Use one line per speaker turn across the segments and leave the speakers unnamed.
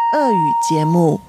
俄语节目。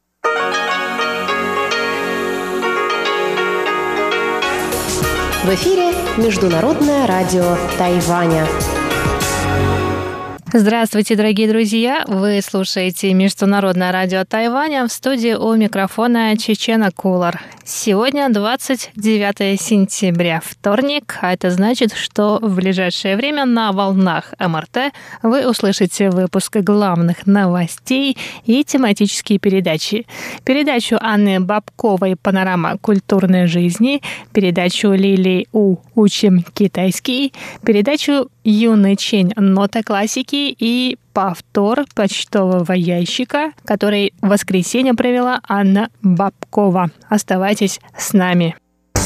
В эфире Международное радио Тайваня.
Здравствуйте, дорогие друзья! Вы слушаете Международное радио Тайваня, в студии у микрофона Чечена Кулар. Сегодня 29 сентября, вторник, а это значит, что в ближайшее время на волнах МРТ вы услышите выпуск главных новостей и тематические передачи. Передачу Анны Бабковой «Панорама культурной жизни», передачу Лилии У «Учим китайский», передачу Юны Чень «Нота классики» и повтор почтового ящика, который в воскресенье провела Анна Бабкова. Оставайтесь с нами.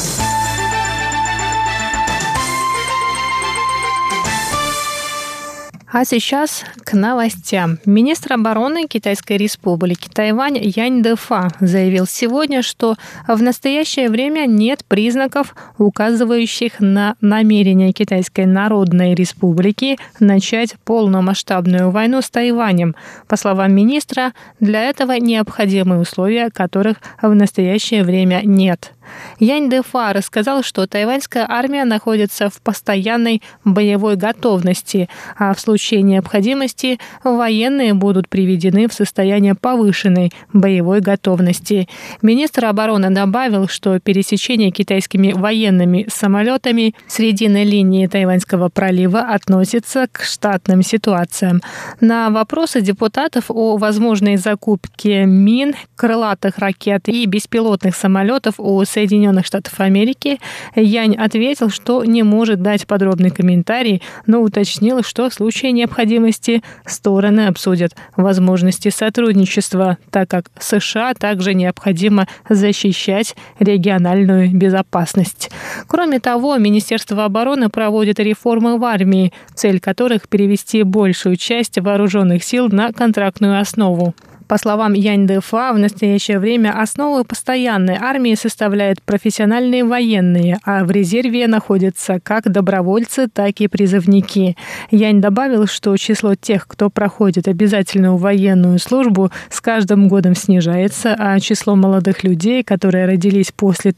А сейчас к новостям. Министр обороны Китайской Республики Тайвань Янь Дэфа заявил сегодня, что в настоящее время нет признаков, указывающих на намерение Китайской Народной Республики начать полномасштабную войну с Тайванем. По словам министра, для этого необходимы условия, которых в настоящее время нет. Янь Дэфа рассказал, что тайваньская армия находится в постоянной боевой готовности, а в случае необходимости военные будут приведены в состояние повышенной боевой готовности. Министр обороны добавил, что пересечение китайскими военными самолетами срединной линии Тайваньского пролива относится к штатным ситуациям. На вопросы депутатов о возможной закупке мин, крылатых ракет и беспилотных самолетов у Соединенных Штатов Америки, Янь ответил, что не может дать подробный комментарий, но уточнил, что в случае необходимости стороны обсудят возможности сотрудничества, так как США также необходимо защищать региональную безопасность. Кроме того, Министерство обороны проводит реформы в армии, цель которых перевести большую часть вооруженных сил на контрактную основу. По словам Янь Дэфа, в настоящее время основу постоянной армии составляют профессиональные военные, а в резерве находятся как добровольцы, так и призывники. Янь добавил, что число тех, кто проходит обязательную военную службу, с каждым годом снижается, а число молодых людей, которые родились после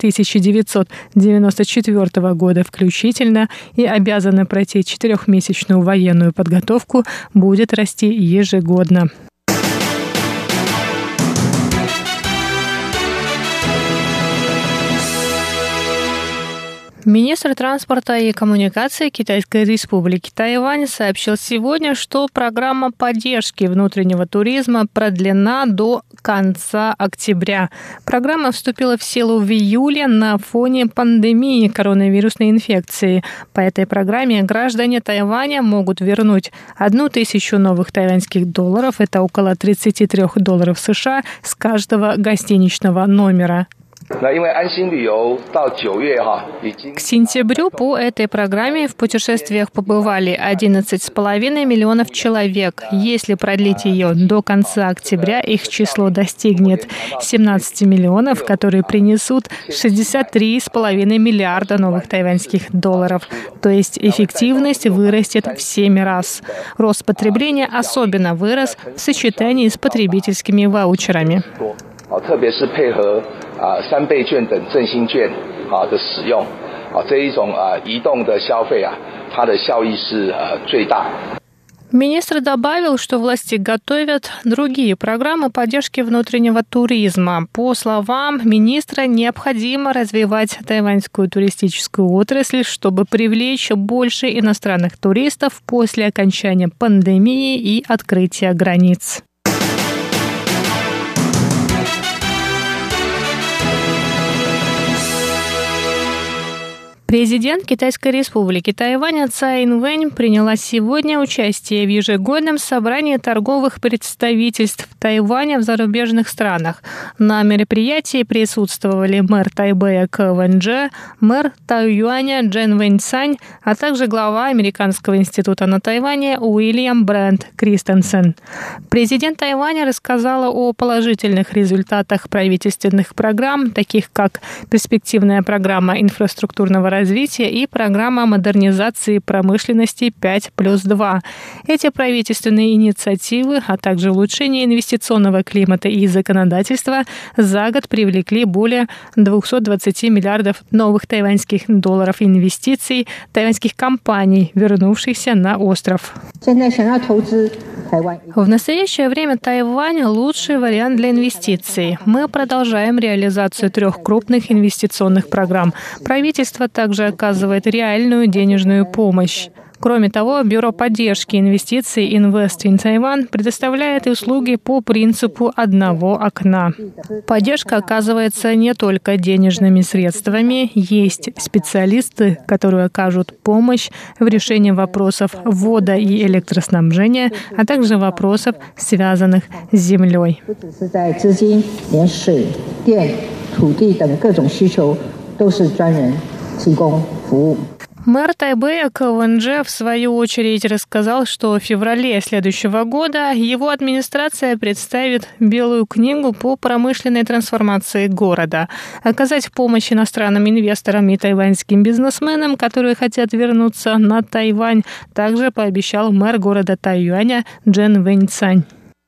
1994 года включительно и обязаны пройти 4-месячную военную подготовку, будет расти ежегодно. Министр транспорта и коммуникаций Китайской Республики Тайвань сообщил сегодня, что программа поддержки внутреннего туризма продлена до конца октября. Программа вступила в силу в июле на фоне пандемии коронавирусной инфекции. По этой программе граждане Тайваня могут вернуть 1000 новых тайваньских долларов, это около $33 США, с каждого гостиничного номера. К сентябрю по этой программе в путешествиях побывали 11,5 миллионов человек. Если продлить ее до конца октября, их число достигнет 17 миллионов, которые принесут 63,5 миллиарда новых тайваньских долларов. То есть эффективность вырастет в 7 раз. Рост потребления особенно вырос в сочетании с потребительскими ваучерами.
特别是配合3倍券等振兴券的使用这一种移动的消费它的效益是最大。
Министр добавил, что власти готовят другие программы поддержки внутреннего туризма. По словам министра, необходимо развивать тайваньскую туристическую отрасль, чтобы привлечь больше иностранных туристов после окончания пандемии и открытия границ. Президент Китайской Республики Тайвань Цай Инвэнь приняла сегодня участие в ежегодном собрании торговых представительств Тайваня в зарубежных странах. На мероприятии присутствовали мэр Тайбэя Кэ Вэньчжэ, мэр Тайюаня Джен Вэньцань, а также глава Американского института на Тайване Уильям Брент Кристенсен. Президент Тайваня рассказала о положительных результатах правительственных программ, таких как перспективная программа инфраструктурного развития развития и программа модернизации промышленности 5+2. Эти правительственные инициативы, а также улучшение инвестиционного климата и законодательства за год привлекли более 220 миллиардов новых тайваньских долларов инвестиций тайваньских компаний, вернувшихся на остров. В настоящее время Тайвань – лучший вариант для инвестиций. Мы продолжаем реализацию 3 крупных инвестиционных программ. Правительство также оказывает реальную денежную помощь. Кроме того, Бюро поддержки инвестиций Invest in Taiwan предоставляет услуги по принципу одного окна. Поддержка оказывается не только денежными средствами. Есть специалисты, которые окажут помощь в решении вопросов водо- и электроснабжения, а также вопросов, связанных с землей. Мэр Тайбэя Кэвэн-Дже в свою очередь рассказал, что в феврале следующего года его администрация представит Белую книгу по промышленной трансформации города. Оказать помощь иностранным инвесторам и тайваньским бизнесменам, которые хотят вернуться на Тайвань, также пообещал мэр города Тайюаня Джен Вэньцань.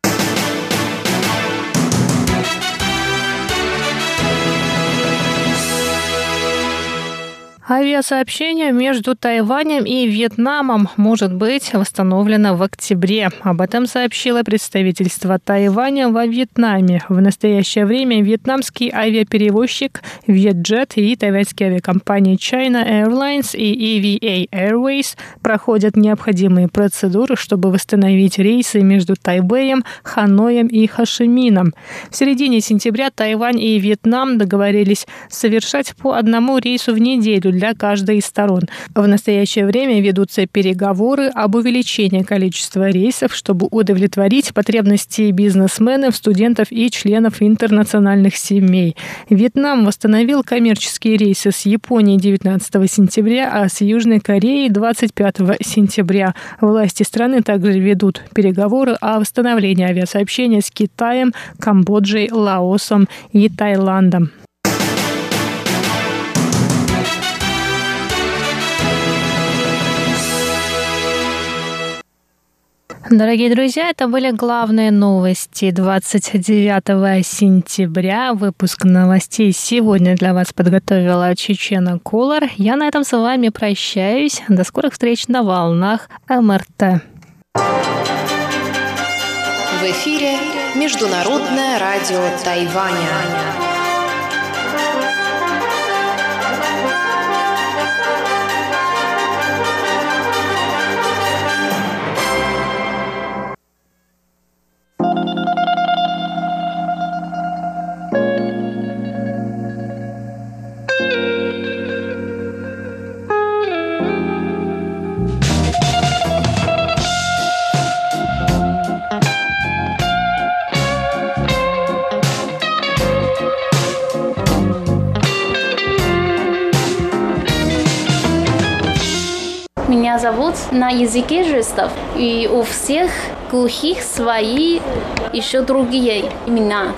Авиасообщение между Тайванем и Вьетнамом может быть восстановлено в октябре. Об этом сообщило представительство Тайваня во Вьетнаме. В настоящее время вьетнамский авиаперевозчик Vietjet и тайваньские авиакомпании China Airlines и EVA Airways проходят необходимые процедуры, чтобы восстановить рейсы между Тайбэем, Ханоем и Хошимином. В середине сентября Тайвань и Вьетнам договорились совершать по 1 рейсу в неделю для каждой из сторон. В настоящее время ведутся переговоры об увеличении количества рейсов, чтобы удовлетворить потребности бизнесменов, студентов и членов интернациональных семей. Вьетнам восстановил коммерческие рейсы с Японией 19 сентября, а с Южной Кореей 25 сентября. Власти страны также ведут переговоры о восстановлении авиасообщения с Китаем, Камбоджей, Лаосом и Таиландом. Дорогие друзья, это были главные новости 29 сентября. Выпуск новостей сегодня для вас подготовила Чечена Кулар. Я на этом с вами прощаюсь. До скорых встреч на волнах МРТ.
В эфире Международное радио Тайваня.
Меня зовут на языке жестов, и у всех глухих свои еще другие имена.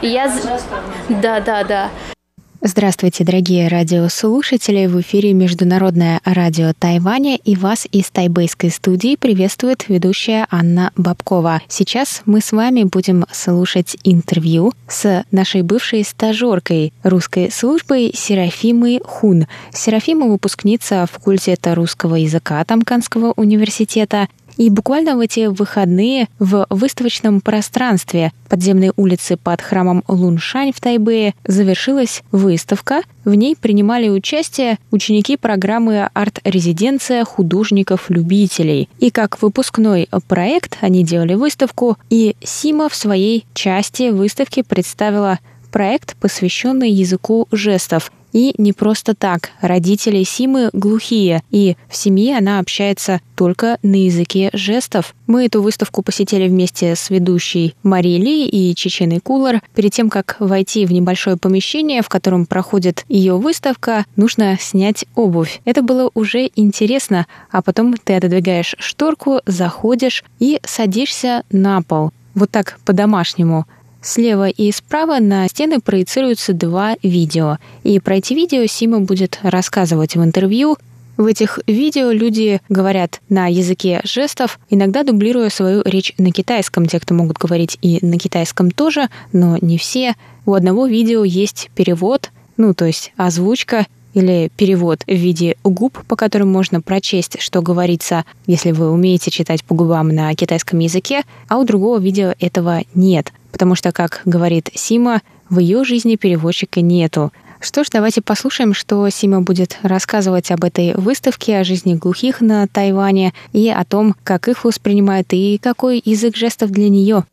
Да.
Здравствуйте, дорогие радиослушатели! В эфире Международное радио Тайваня, и вас из тайбэйской студии приветствует ведущая Анна Бабкова. Сейчас мы с вами будем слушать интервью с нашей бывшей стажеркой русской службы Серафимой Хун. Серафима — выпускница факультета русского языка Тамканского университета. И буквально в эти выходные в выставочном пространстве подземной улицы под храмом Луншань в Тайбэе завершилась выставка. В ней принимали участие ученики программы «Арт-резиденция художников-любителей». И как выпускной проект они делали выставку, и Сима в своей части выставки представила проект, посвященный языку жестов. И не просто так. Родители Симы глухие, и в семье она общается только на языке жестов. Мы эту выставку посетили вместе с ведущей Марией Ли и Чеченой Кулар. Перед тем, как войти в небольшое помещение, в котором проходит ее выставка, нужно снять обувь. Это было уже интересно, а потом ты отодвигаешь шторку, заходишь и садишься на пол. Вот так по-домашнему. Слева и справа на стены проецируются 2 видео. И про эти видео Сима будет рассказывать в интервью. В этих видео люди говорят на языке жестов, иногда дублируя свою речь на китайском. Те, кто могут говорить и на китайском тоже, но не все. У одного видео есть перевод, то есть озвучка или перевод в виде губ, по которым можно прочесть, что говорится, если вы умеете читать по губам на китайском языке, а у другого видео этого нет. Потому что, как говорит Сима, в ее жизни переводчика нету. Что ж, давайте послушаем, что Сима будет рассказывать об этой выставке, о жизни глухих на Тайване и о том, как их воспринимают и какой язык жестов для нее.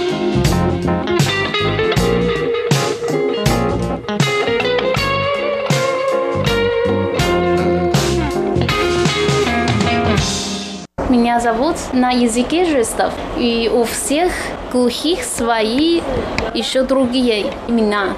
Меня зовут на языке жестов, и у всех глухих свои еще другие имена.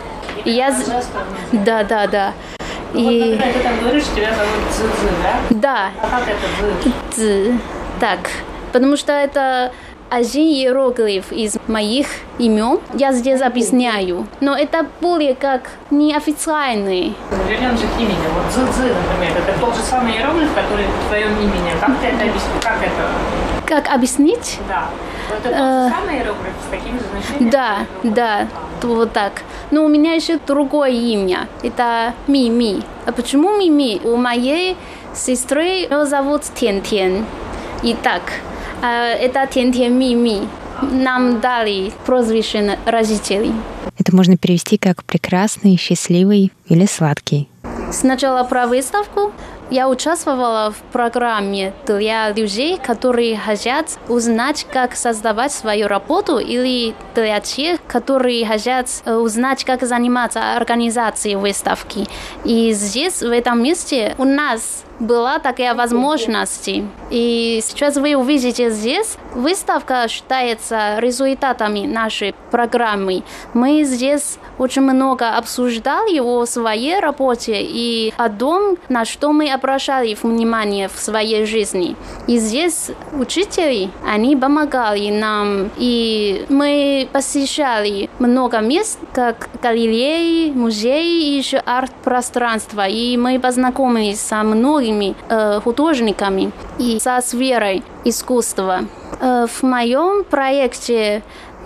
Да. И...
Когда ты так говоришь, тебя зовут Цзы, да?
Да.
А как это
Цзы. Так, потому что это один иероглиф из моих имен. Я здесь объясняю. Но это более как неофициальный.
Вернемся к имени. Вот Цзы, например, это тот же самый иероглиф, который в твоем имени. Как ты это объяснишь?
Как объяснить?
Да. Это тот же самый иероглиф с такими же значениями?
Да. Вот так. Но у меня еще другое имя. Это Мими. А почему Мими? У моей сестры ее зовут Тен-Тен. Итак, это Тен-Тен Мими. Нам дали прозвище родителей.
Это можно перевести как «прекрасный», «счастливый» или «сладкий».
Сначала про выставку. Я участвовала в программе для людей, которые хотят узнать, как создавать свою работу, или для тех, которые хотят узнать, как заниматься организацией выставки. И здесь, в этом месте, у нас была такая возможность. И сейчас вы увидите здесь, выставка считается результатами нашей программы. Мы здесь очень много обсуждали о своей работе и о том, на что мы обращали внимание в своей жизни. И здесь учители, они помогали нам. И мы посещали много мест, как галереи, музеи и еще арт-пространства. И мы познакомились со многими художниками и со сферой искусства. В моем проекте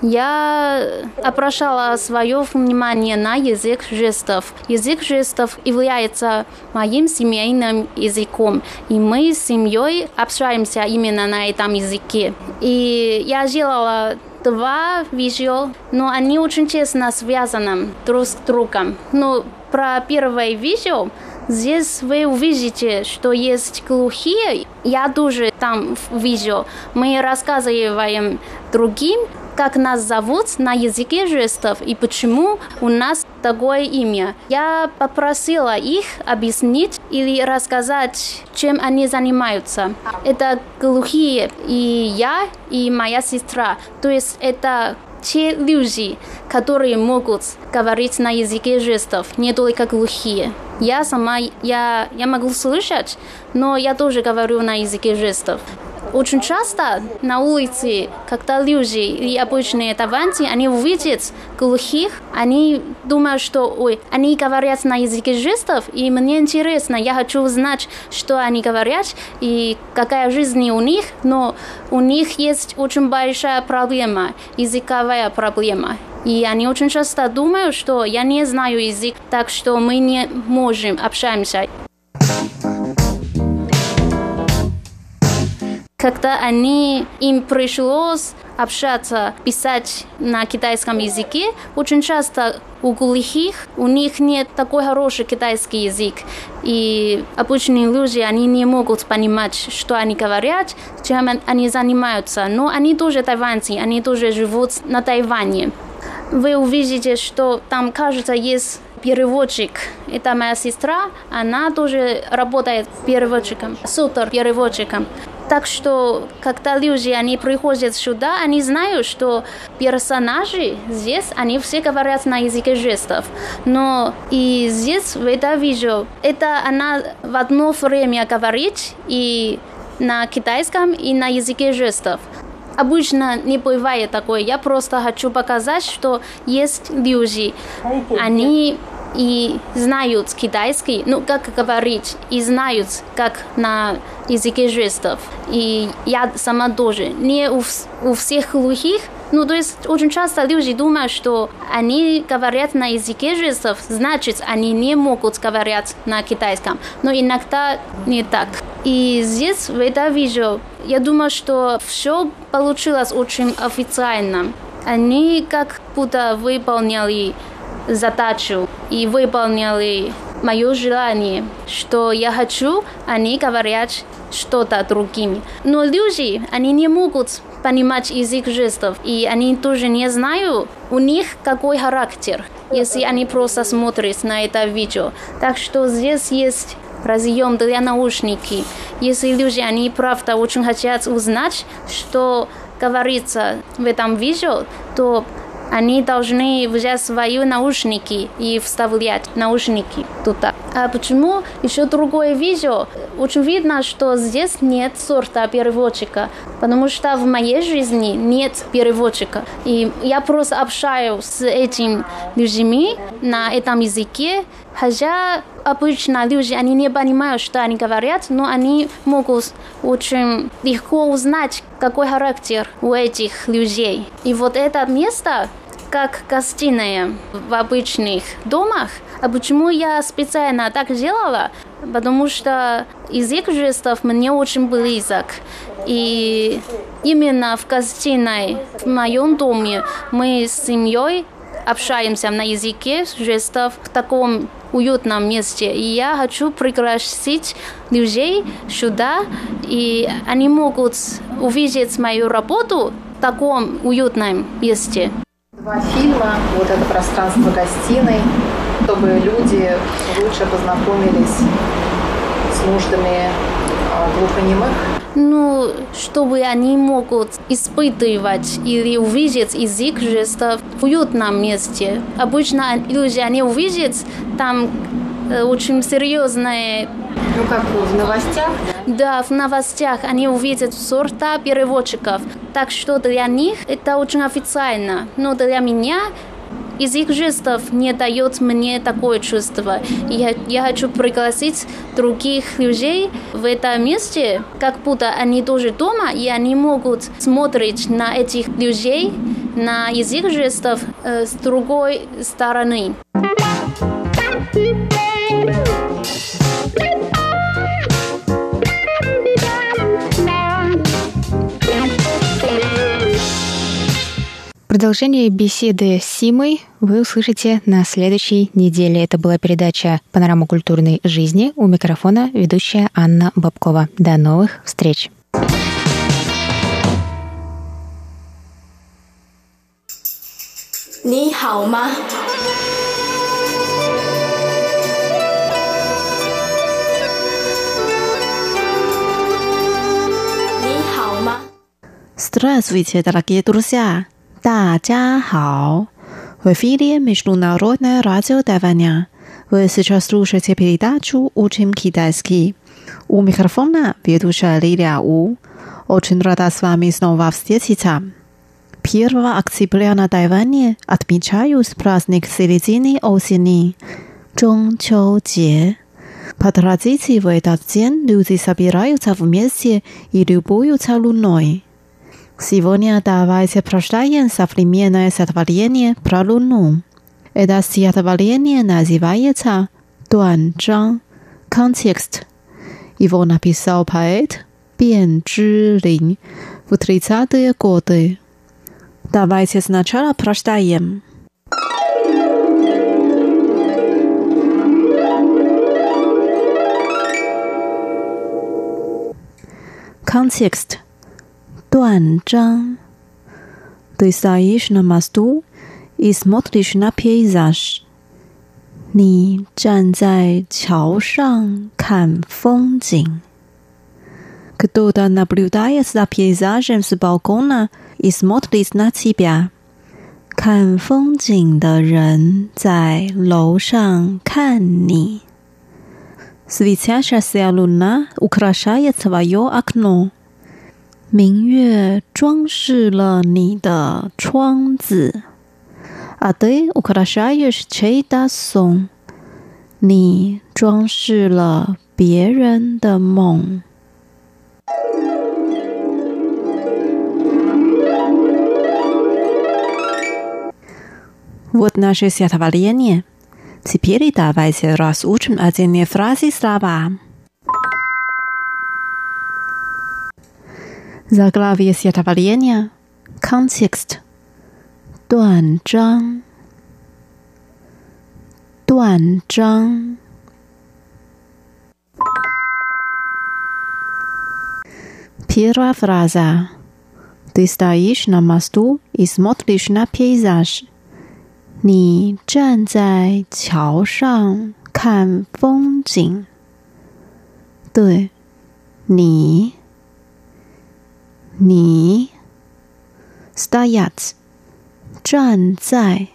я обращала свое внимание на язык жестов. Язык жестов является моим семейным языком, и мы с семьей общаемся именно на этом языке. И я делала 2 видео, но они очень тесно связаны друг с другом. Но про первое видео здесь вы увидите, что есть глухие. Я тоже там в видео. Мы рассказываем другим, как нас зовут на языке жестов и почему у нас такое имя. Я попросила их объяснить или рассказать, чем они занимаются. Это глухие и я, и моя сестра. То есть это те люди, которые могут говорить на языке жестов, не только глухие. Я сама, я могу слышать, но я тоже говорю на языке жестов. Очень часто на улице, когда люди и обычные тайваньцы, они увидят глухих, они думают, что они говорят на языке жестов, и мне интересно, я хочу узнать, что они говорят и какая жизнь у них, но у них есть очень большая проблема, языковая проблема. И они очень часто думают, что я не знаю язык, так что мы не можем общаться. Когда им пришлось общаться, писать на китайском языке, очень часто у глухих, у них нет такой хороший китайский язык. И обычные люди, они не могут понимать, что они говорят, чем они занимаются. Но они тоже тайваньцы, они тоже живут на Тайване. Вы увидите, что там, кажется, есть переводчик. Это моя сестра, она тоже работает переводчиком, супер-переводчиком. Так что, когда люди, они приходят сюда, они знают, что персонажи здесь, они все говорят на языке жестов. Но и здесь, в этом видео, это она в одно время говорит и на китайском, и на языке жестов. обычно не бывает такое. Я просто хочу показать, что есть люди, они и знают китайский, как говорить, и знают, как на языке жестов. И я сама тоже. Не у всех глухих. То есть очень часто люди думают, что они говорят на языке жестов, значит, они не могут говорить на китайском. Но иногда не так. И здесь, в этом видео, я думаю, что все получилось очень официально. Они как будто выполняли задачу и выполняли мое желание, что я хочу, они говорят что-то другими. Но люди, они не могут понимать язык жестов, и они тоже не знают, у них какой характер, если они просто смотрят на это видео. Так что здесь есть разъем для наушников. Если люди, они правда очень хотят узнать, что говорится в этом видео, то они должны взять свои наушники и вставлять наушники туда. А почему еще другое видео? Очень видно, что здесь нет сорта переводчика, потому что в моей жизни нет переводчика. И я просто общаюсь с этими людьми на этом языке, хотя обычно люди, они не понимают, что они говорят, но они могут очень легко узнать, какой характер у этих людей. И вот это место, как гостиная в обычных домах. А почему я специально так делала? Потому что язык жестов мне очень близок. И именно в гостиной, в моем доме, мы с семьей общаемся на языке жестов в таком уютном месте. И я хочу пригласить людей сюда, и они могут увидеть мою работу в таком уютном месте.
2 фильма, вот это пространство гостиной, чтобы люди лучше познакомились с нуждами глухонемых.
Чтобы они могут испытывать или увидеть язык жестов в уютном месте. Обычно люди, они увидят там очень серьезные...
как в новостях?
Да, в новостях они увидят сорта переводчиков. Так что для них это очень официально. Но для меня язык жестов не дает мне такое чувство. Я хочу пригласить других людей в это месте, как будто они тоже дома, и они могут смотреть на этих людей, на язык жестов с другой стороны.
Продолжение беседы с Симой вы услышите на следующей неделе. Это была передача «Панорама культурной жизни». У микрофона ведущая Анна Бабкова. До новых встреч!
Ни хао ма? Ни хао ма?
Здравствуйте, дорогие друзья! 大家好! В эфире Международное радио Тайваня. Вы сейчас слушаете передачу «Учим китайский». У микрофона ведущая Лилия У. Очень рада с вами снова встретиться. 1 октября на Тайване отмечают праздник середины осени – Чжонгчжоу-Jie. По традиции в этот день люди собираются вместе и любуются луной. Сегодня давайте прочитаем современное стихотворение про Луну. Это стихотворение называется «Дуанчжан» – «Контекст». Его написал поэт Биан Чжилин в 30-е годы. Давайте сначала прочитаем. Контекст. 断章. Ты стоишь на мосту и смотришь на пейзаж. 你站在桥上看风景. Кто-то наблюдает за пейзажем с балкона и смотрит на тебя. 看风景的人在楼上看你. Светящаяся луна украшает твое окно. 明月装饰了你的窗子。А ты украшаешь чей-то сон。你装饰了别人的梦。Вот наше стихотворение. Теперь давайте разучим отдельные фразы и слова. Заглавие стихотворения. Контекст. 断章。断章。Первая фраза. Ты стоишь на мосту и смотришь на пейзаж. 你站在桥上看风景。对，你 стоять 站在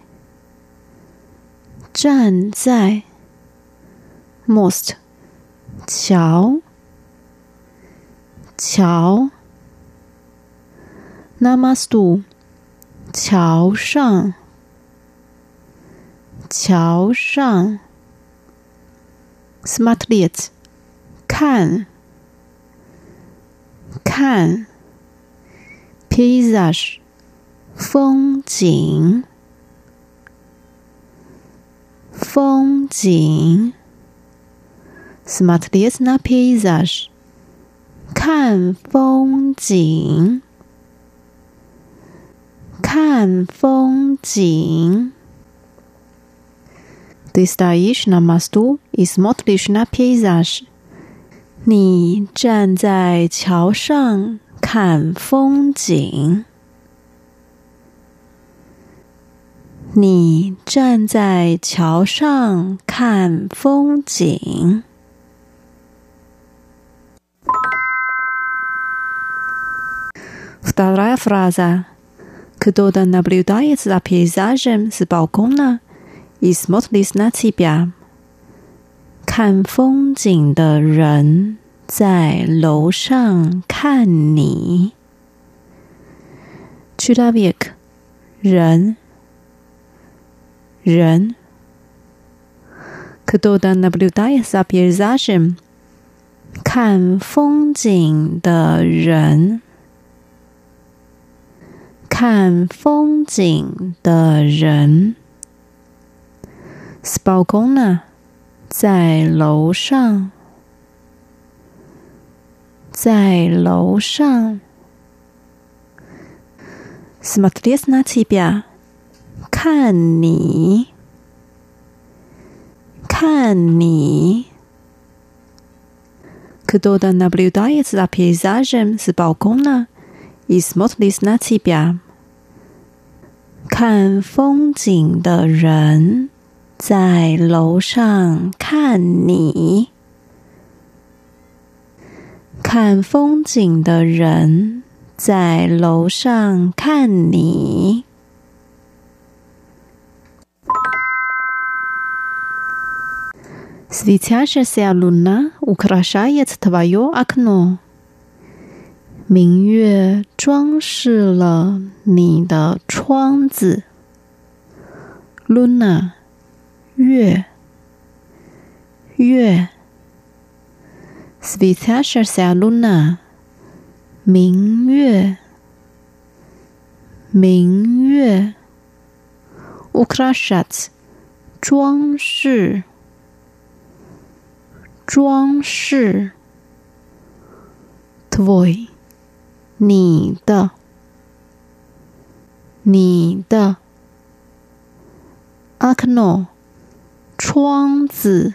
most 桥 на мосту 桥上 смотреть 看 peyzage 风景 смотреть на peyzage 看风景 Ты стоишь на мосту и смотришь на пейзаж. 你站在桥上看风景。你站在桥上看风景。Вторая фраза. Кто-то наблюдает за пейзажем с балкона и смотрит на тебя. 看风景的人在楼上看你。Человек 人 Кто-то наблюдает за пейзажем 看风景的人。看风景的人 с балкона 在楼上 смотреть на тебя 看你 Кто-то наблюдает за пейзажем с балкона и смотрит на тебя. 看风景的人在楼上看你。看风景的人在楼上看你。Светящаяся луна украшает твое окно. 明月装饰了你的窗子。Luna 月 Светящаяся луна 明月 Украшать 装饰 Твой 你的 окно 窗子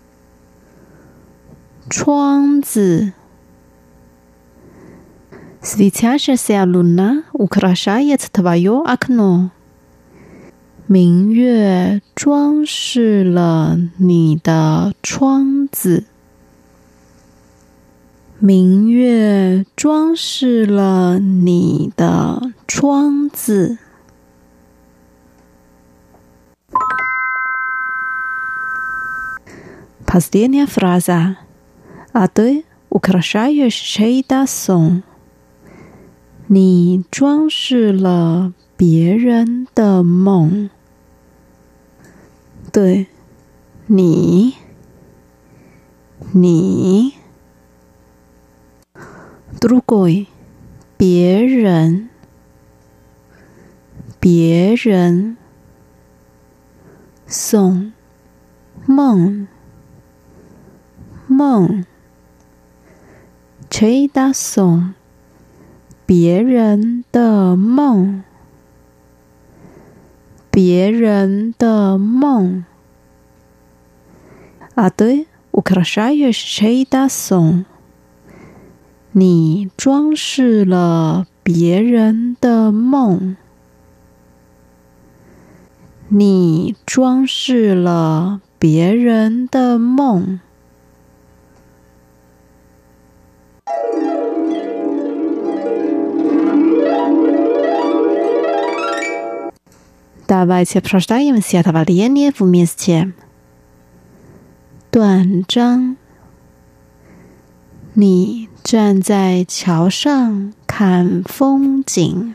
Светящаяся луна украшает твое окно. 明月装饰了你的窗子。明月装饰了你的窗子。Последняя фраза. А ты украшаешь чей-то сон. 你装饰了别人的梦。对，你 другой 别人сон梦чей-то сон别人的梦А ты украшаешь чей-то сон你装饰了别人的梦你装饰了别人的梦Давайте прочитаем стихотворение вместе. 断章，你站在桥上看风景，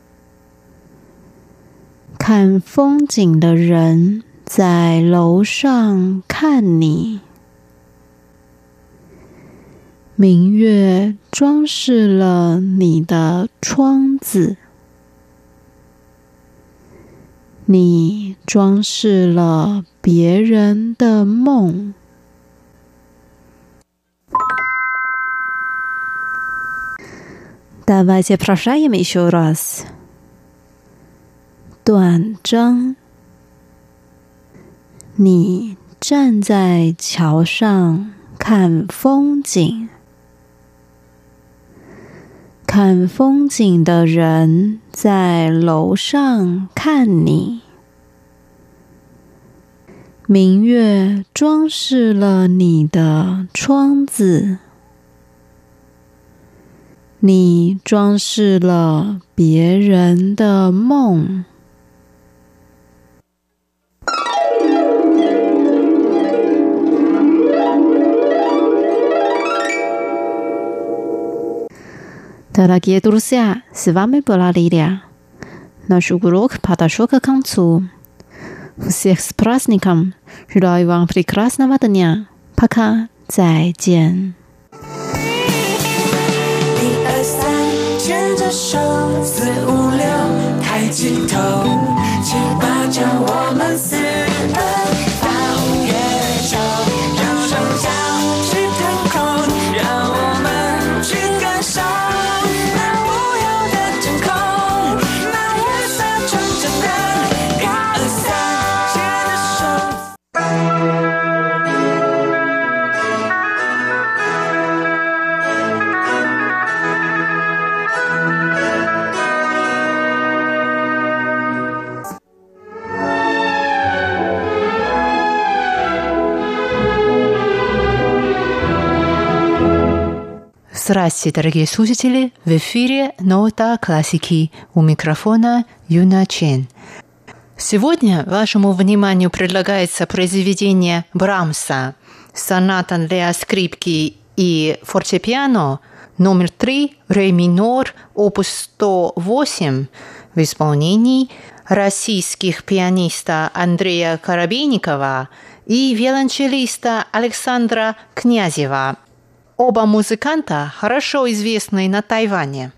看风景的人在楼上看你。明月装饰了你的窗子，你装饰了别人的梦。Давайте прочитаем еще раз. 断章，你站在桥上看风景，看风景的人在楼上看你。明月装饰了你的窗子，你装饰了别人的梦。Дорогие друзья, с вами была Лилия. Наш урок подошел к концу. Всех с праздником! Желаю вам прекрасного дня. Пока, 再见。
牵着手456抬起头789我们4人放月球让双脚去腾空让我们去感受那无忧的天空那夜色纯真的1、2、3牵着手
Здравствуйте, дорогие слушатели! В эфире «Нота классики», у микрофона Юна Чен. Сегодня вашему вниманию предлагается произведение Брамса «Соната для скрипки и фортепиано» номер 3, ре минор, опус 108 в исполнении российских пианиста Андрея Коробейникова и виолончелиста Александра Князева. Оба музыканта хорошо известны на Тайване.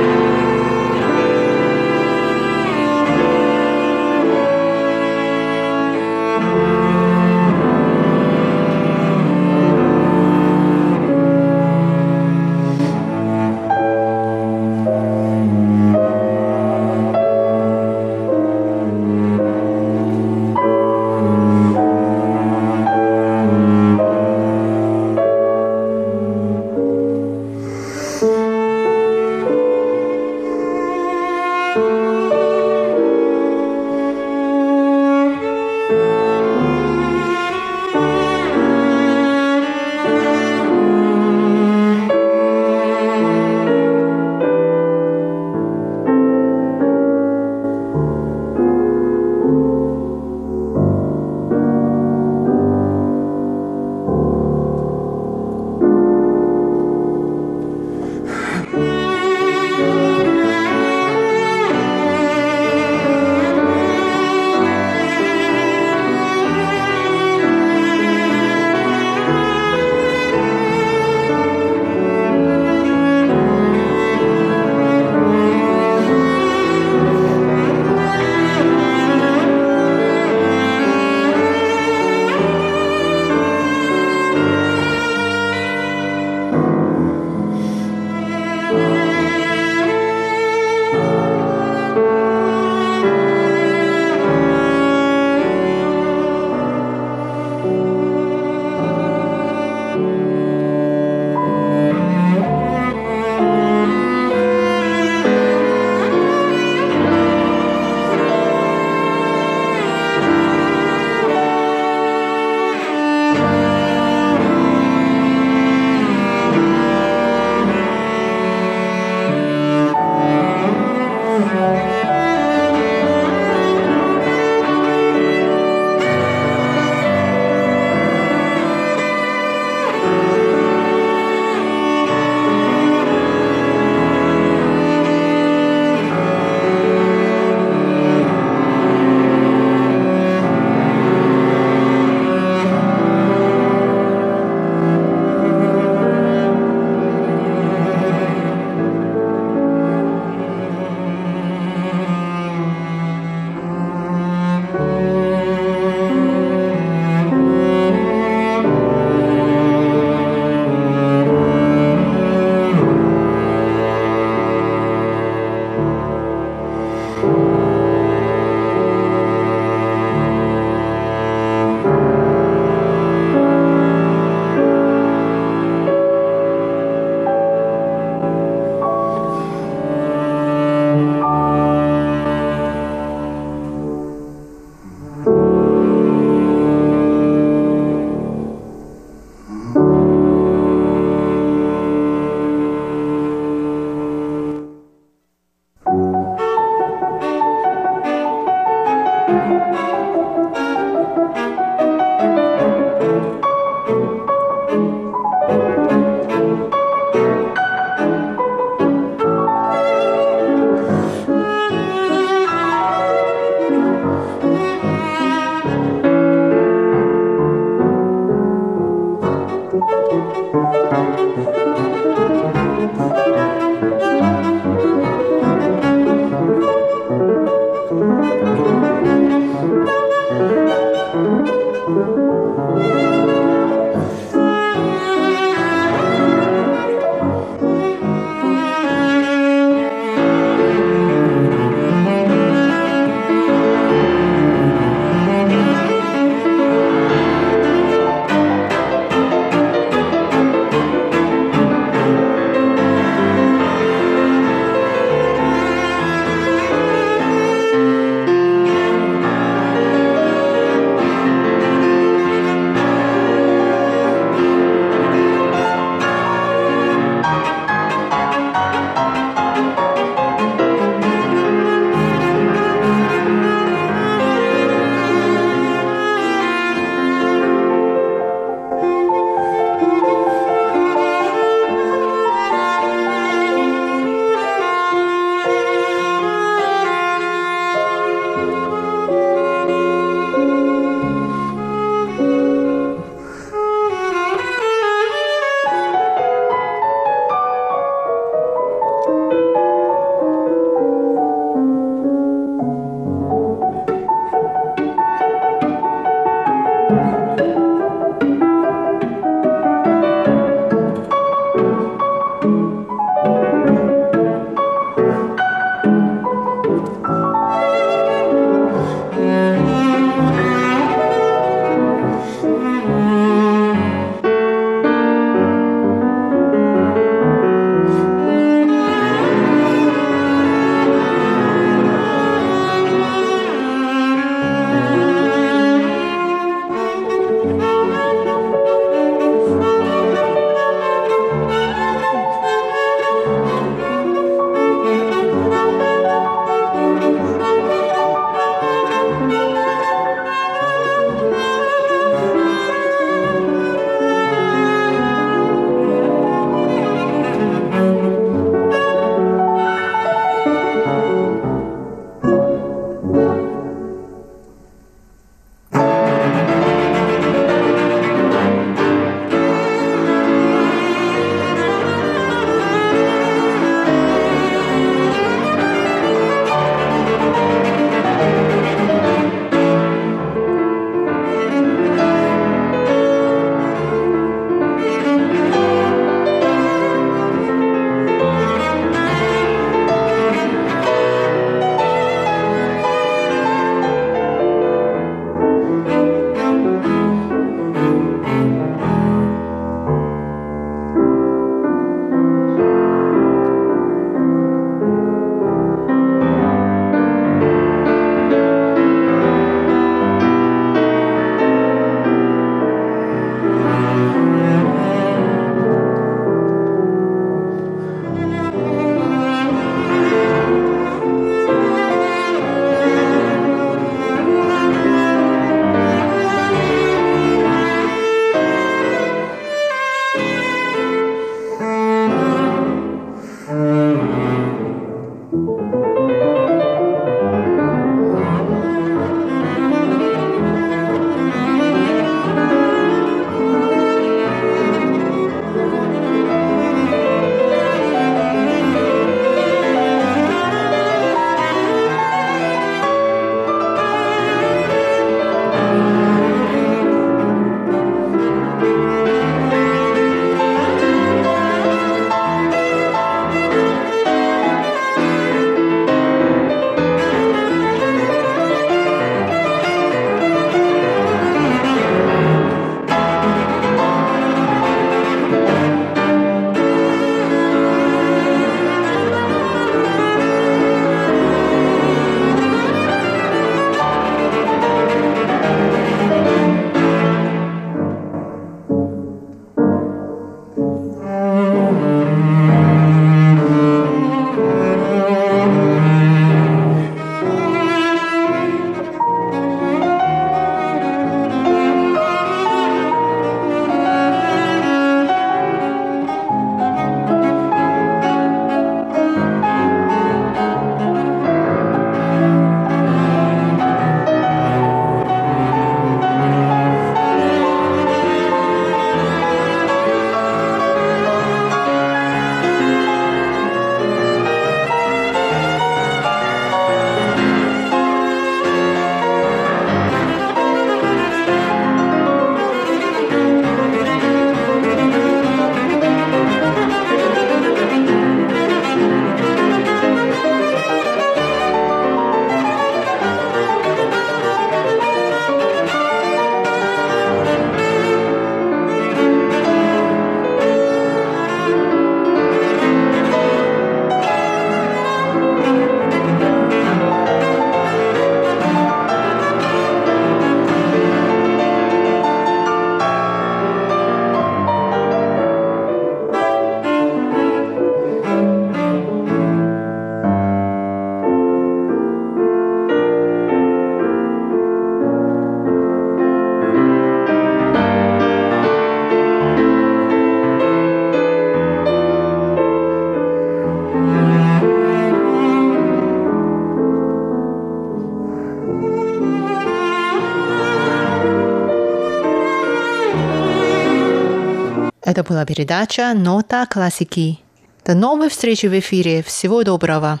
Это была передача «Нота классики». До новой встречи в эфире. Всего доброго.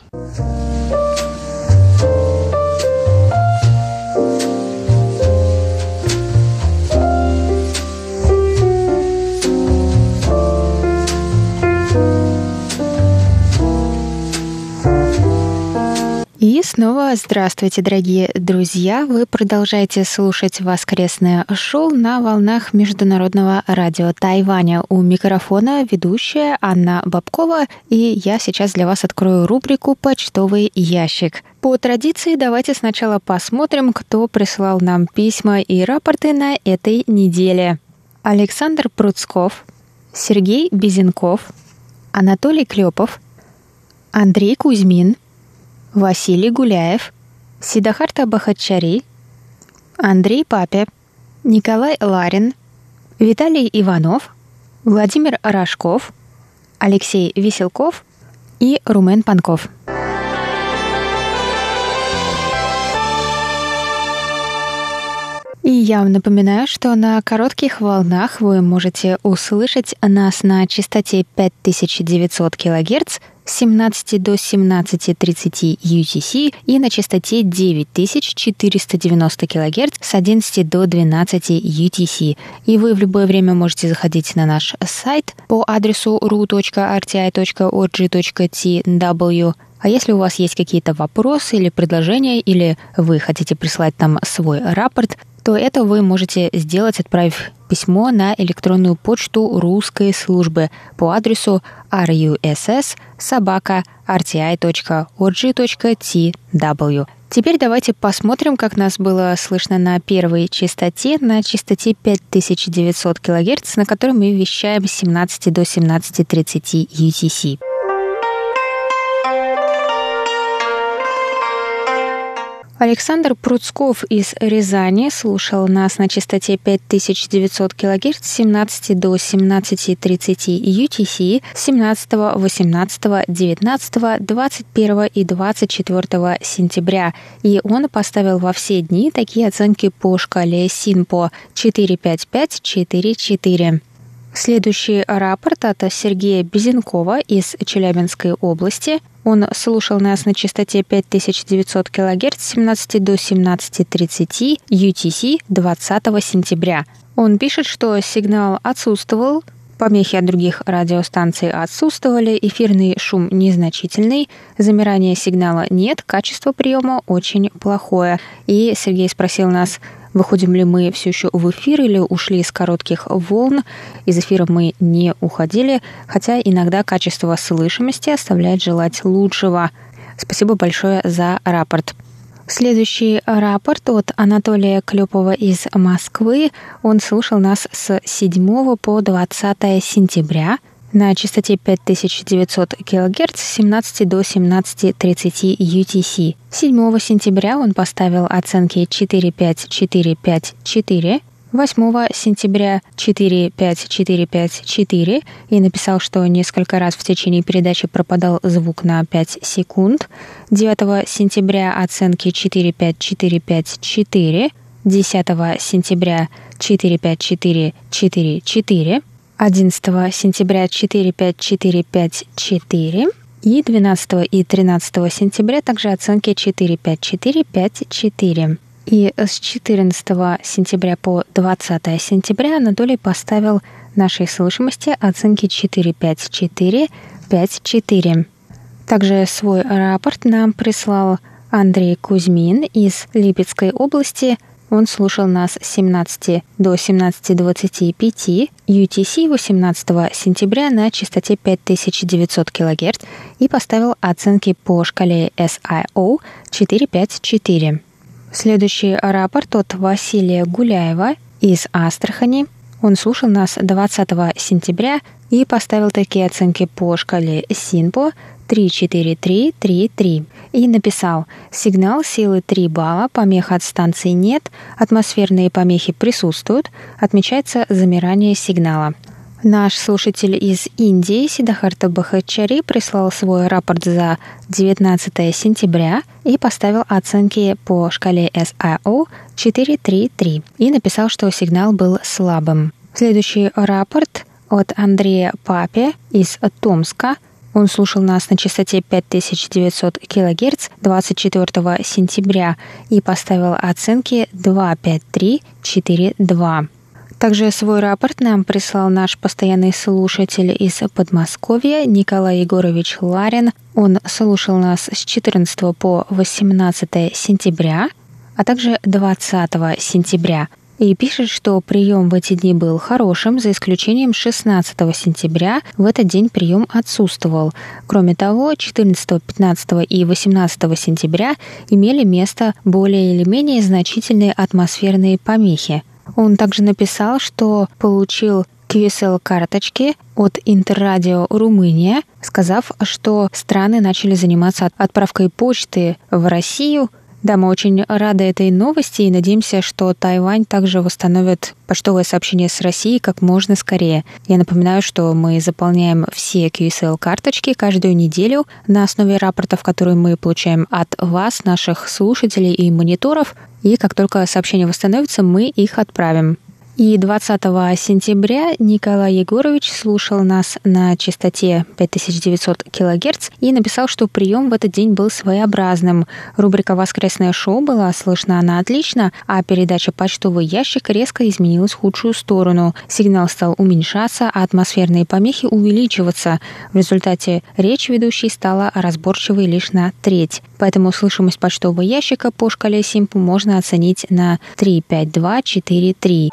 И снова здравствуйте, дорогие друзья! Вы продолжаете слушать воскресное шоу на волнах Международного радио Тайваня. У микрофона ведущая Анна Бабкова, и я сейчас для вас открою рубрику «Почтовый ящик». По традиции давайте сначала посмотрим, кто прислал нам письма и рапорты на этой неделе. Александр Пруцков, Сергей Безенков, Анатолий Клепов, Андрей Кузьмин, Василий Гуляев, Сидахарта Бахачари, Андрей Папе, Николай Ларин, Виталий Иванов, Владимир Рожков, Алексей Веселков и Румен Панков. И я вам напоминаю, что на коротких волнах вы можете услышать нас на частоте 5900 кГц с 17 до 17:30 UTC и на частоте 9490 кГц с 11 до 12 UTC. И вы в любое время можете заходить на наш сайт по адресу ru.rti.org.tw. А если у вас есть какие-то вопросы или предложения, или вы хотите прислать нам свой рапорт, то это вы можете сделать, отправив письмо на электронную почту русской службы по адресу russ@rti.org.tw. Теперь давайте посмотрим, как нас было слышно на первой частоте, на частоте 5900 кГц, на которой мы вещаем с 17 до 17:30 UTC. Александр Пруцков из Рязани слушал нас на частоте 5900 кГц с 17 до 17:30 UTC с 17, 18, 19, 21 и 24 сентября. И он поставил во все дни такие оценки по шкале СИНПО 4-5-5-4-4. Следующий рапорт от Сергея Безенкова из Челябинской области. Он слушал нас на частоте 5900 кГц с 17 до 17:30 UTC 20 сентября. Он пишет, что сигнал отсутствовал, помехи от других радиостанций отсутствовали, эфирный шум незначительный, замирания сигнала нет, качество приема очень плохое. И Сергей спросил нас, выходим ли мы все еще в эфир или ушли из коротких волн. Из эфира мы не уходили, хотя иногда качество слышимости оставляет желать лучшего. Спасибо большое за рапорт. Следующий рапорт от Анатолия Клепова из Москвы. Он слушал нас с 7 по 20 сентября на частоте 5900 кГц с 17 до 17:30 UTC. 7 сентября он поставил оценки 4-5-4-5-4, 8 сентября 4-5-4-5-4 и написал, что несколько раз в течение передачи пропадал звук на 5 секунд. 9 сентября оценки 4-5-4-5-4, 10 сентября 4-5-4-4-4, 11 сентября 4-5-4-5-4 и 12 и 13 сентября также оценки 4-5-4-5-4. И с 14 сентября по 20 сентября Анатолий поставил нашей слышимости оценки 4-5-4-5-4. Также свой рапорт нам прислал Андрей Кузьмин из Липецкой области. Он слушал нас с 17 до 17:25 UTC 18 сентября на частоте 5900 кГц и поставил оценки по шкале SIO 4-5-4. Следующий рапорт от Василия Гуляева из Астрахани. Он слушал нас 20 сентября и поставил такие оценки по шкале СИНПО 3-4-3-3-3 и написал: сигнал силы 3 балла, помех от станции нет, атмосферные помехи присутствуют, отмечается замирание сигнала. Наш слушатель из Индии Сидахарта Бахачари прислал свой рапорт за 19 сентября и поставил оценки по шкале SIO 4-3-3 и написал, что сигнал был слабым. Следующий рапорт от Андрея Папе из Томска. Он слушал нас на частоте 5900 кГц 24 сентября и поставил оценки 2,53,4,2. Также свой рапорт нам прислал наш постоянный слушатель из Подмосковья Николай Егорович Ларин. Он слушал нас с 14 по 18 сентября, а также 20 сентября. И пишет, что прием в эти дни был хорошим, за исключением 16 сентября. В этот день прием отсутствовал. Кроме того, 14, 15 и 18 сентября имели место более или менее значительные атмосферные помехи. Он также написал, что получил QSL-карточки от Интеррадио Румыния, сказав, что страны начали заниматься отправкой почты в Россию. Да, мы очень рады этой новости и надеемся, что Тайвань также восстановит почтовое сообщение с Россией как можно скорее. Я напоминаю, что мы заполняем все QSL-карточки каждую неделю на основе рапортов, которые мы получаем от вас, наших слушателей и мониторов. И как только сообщение восстановится, мы их отправим. И 20 сентября Николай Егорович слушал нас на частоте 5900 кГц и написал, что прием в этот день был своеобразным. Рубрика «Воскресное шоу» была слышна она отлично, а передача «Почтовый ящик» резко изменилась в худшую сторону. Сигнал стал уменьшаться, а атмосферные помехи увеличиваться. В результате речь ведущей стала разборчивой лишь на треть. Поэтому слышимость почтового ящика по шкале Симпу можно оценить на 3,52,4,3.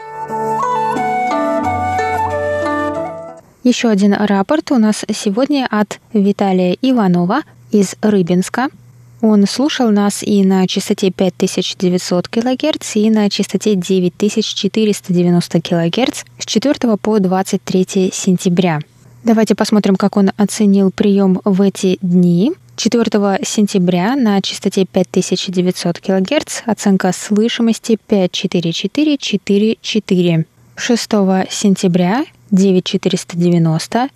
Еще один рапорт у нас сегодня от Виталия Иванова из Рыбинска. Он слушал нас и на частоте 5900 кГц, и на частоте 9490 кГц с 4 по 23 сентября. Давайте посмотрим, как он оценил прием в эти дни. 4 сентября на частоте 5900 кГц оценка слышимости 5,44,4,4. 6 сентября 9,490,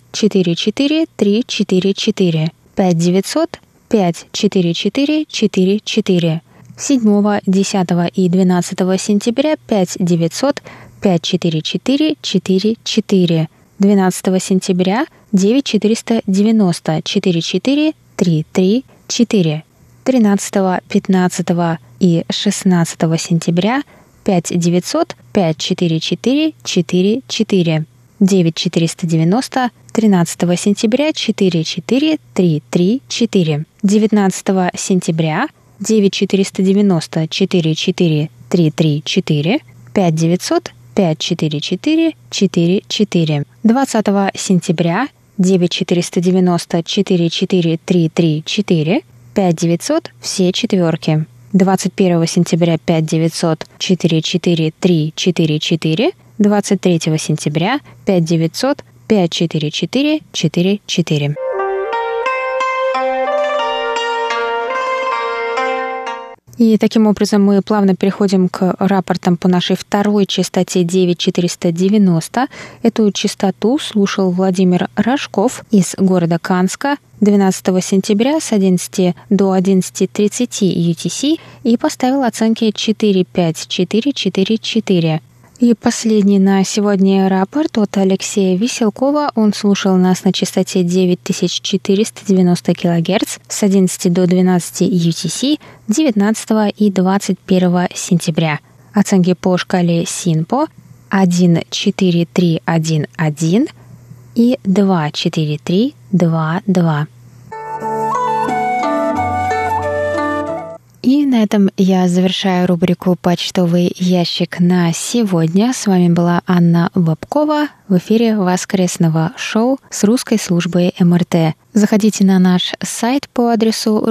4,4,3,4,4. 5,900, 5,4,4,4,4. 7, 10 и 12 сентября 5,900, 5,4,4,4,4. 12 сентября 9,490, 4,4,3,3,4. 13, 15 и 16 сентября 5,900, 5,4,4,4,4. 9,490, 13 сентября 4,4,3,3,4. 19 сентября 9,490, 4,4,3,3,4. 5,900, 5,4,4,4,4. 20 сентября 9,490, 4,4,3,3,4. 5,900, все четверки. 21 сентября 5,900, 4,4,3,4,4. 23 сентября 5,900, 5,4,4,4,4. И таким образом мы плавно переходим к рапортам по нашей второй частоте 9490. Эту частоту слушал Владимир Рожков из города Канска 12 сентября с 11 до 11:30 UTC и поставил оценки 4,5,4,4,4. И последний на сегодня рапорт от Алексея Веселкова. Он слушал нас на частоте 9490 кГц с 11 до 12 UTC 19 и 21 сентября. Оценки по шкале Синпо 1,4,3,1,1 и 2,4,3,2,2. И на этом я завершаю рубрику «Почтовый ящик» на сегодня. С вами была Анна Бабкова в эфире воскресного шоу с русской службой МРТ. Заходите на наш сайт по адресу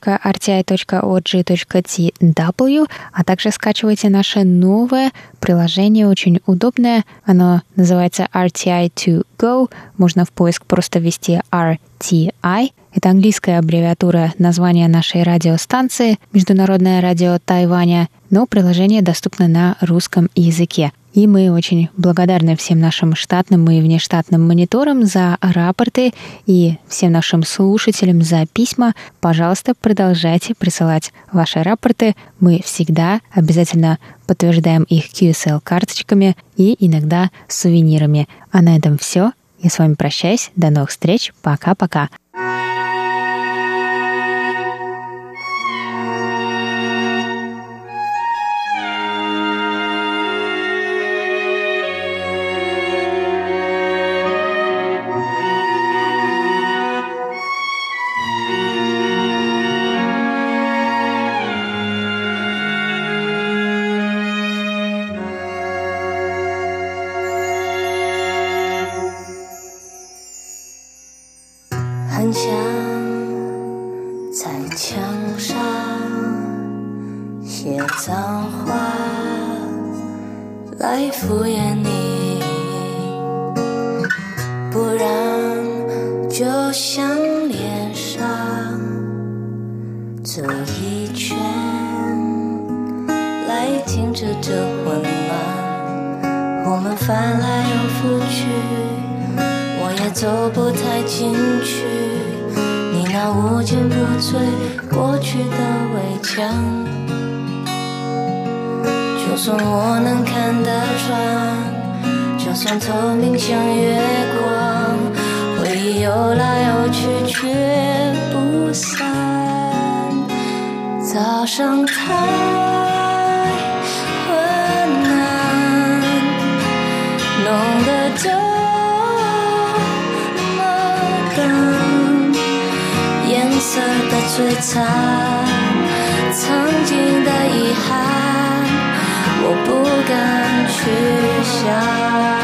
ru.rti.org.tw, а также скачивайте наше новое приложение, очень удобное. Оно называется RTI2Go. Можно в поиск просто ввести RTI. Это английская аббревиатура названия нашей радиостанции «Международное радио Тайваня», но приложение доступно на русском языке. И мы очень благодарны всем нашим штатным и внештатным мониторам за рапорты и всем нашим слушателям за письма. Пожалуйста, продолжайте присылать ваши рапорты. Мы всегда обязательно подтверждаем их QSL-карточками и иногда сувенирами. А на этом все. Я с вами прощаюсь. До новых встреч. Пока-пока.
很想在墙上写脏话来敷衍你，不然就像脸上走一圈来停止这混乱，我们翻来又覆去，我也走不太进去，你那无坚不摧过去的围墙，就算我能看得穿，就算透明像月光，回忆游来游去却不散，早上太昏暗，弄得这颜色的摧残，曾经的遗憾，我不敢去想。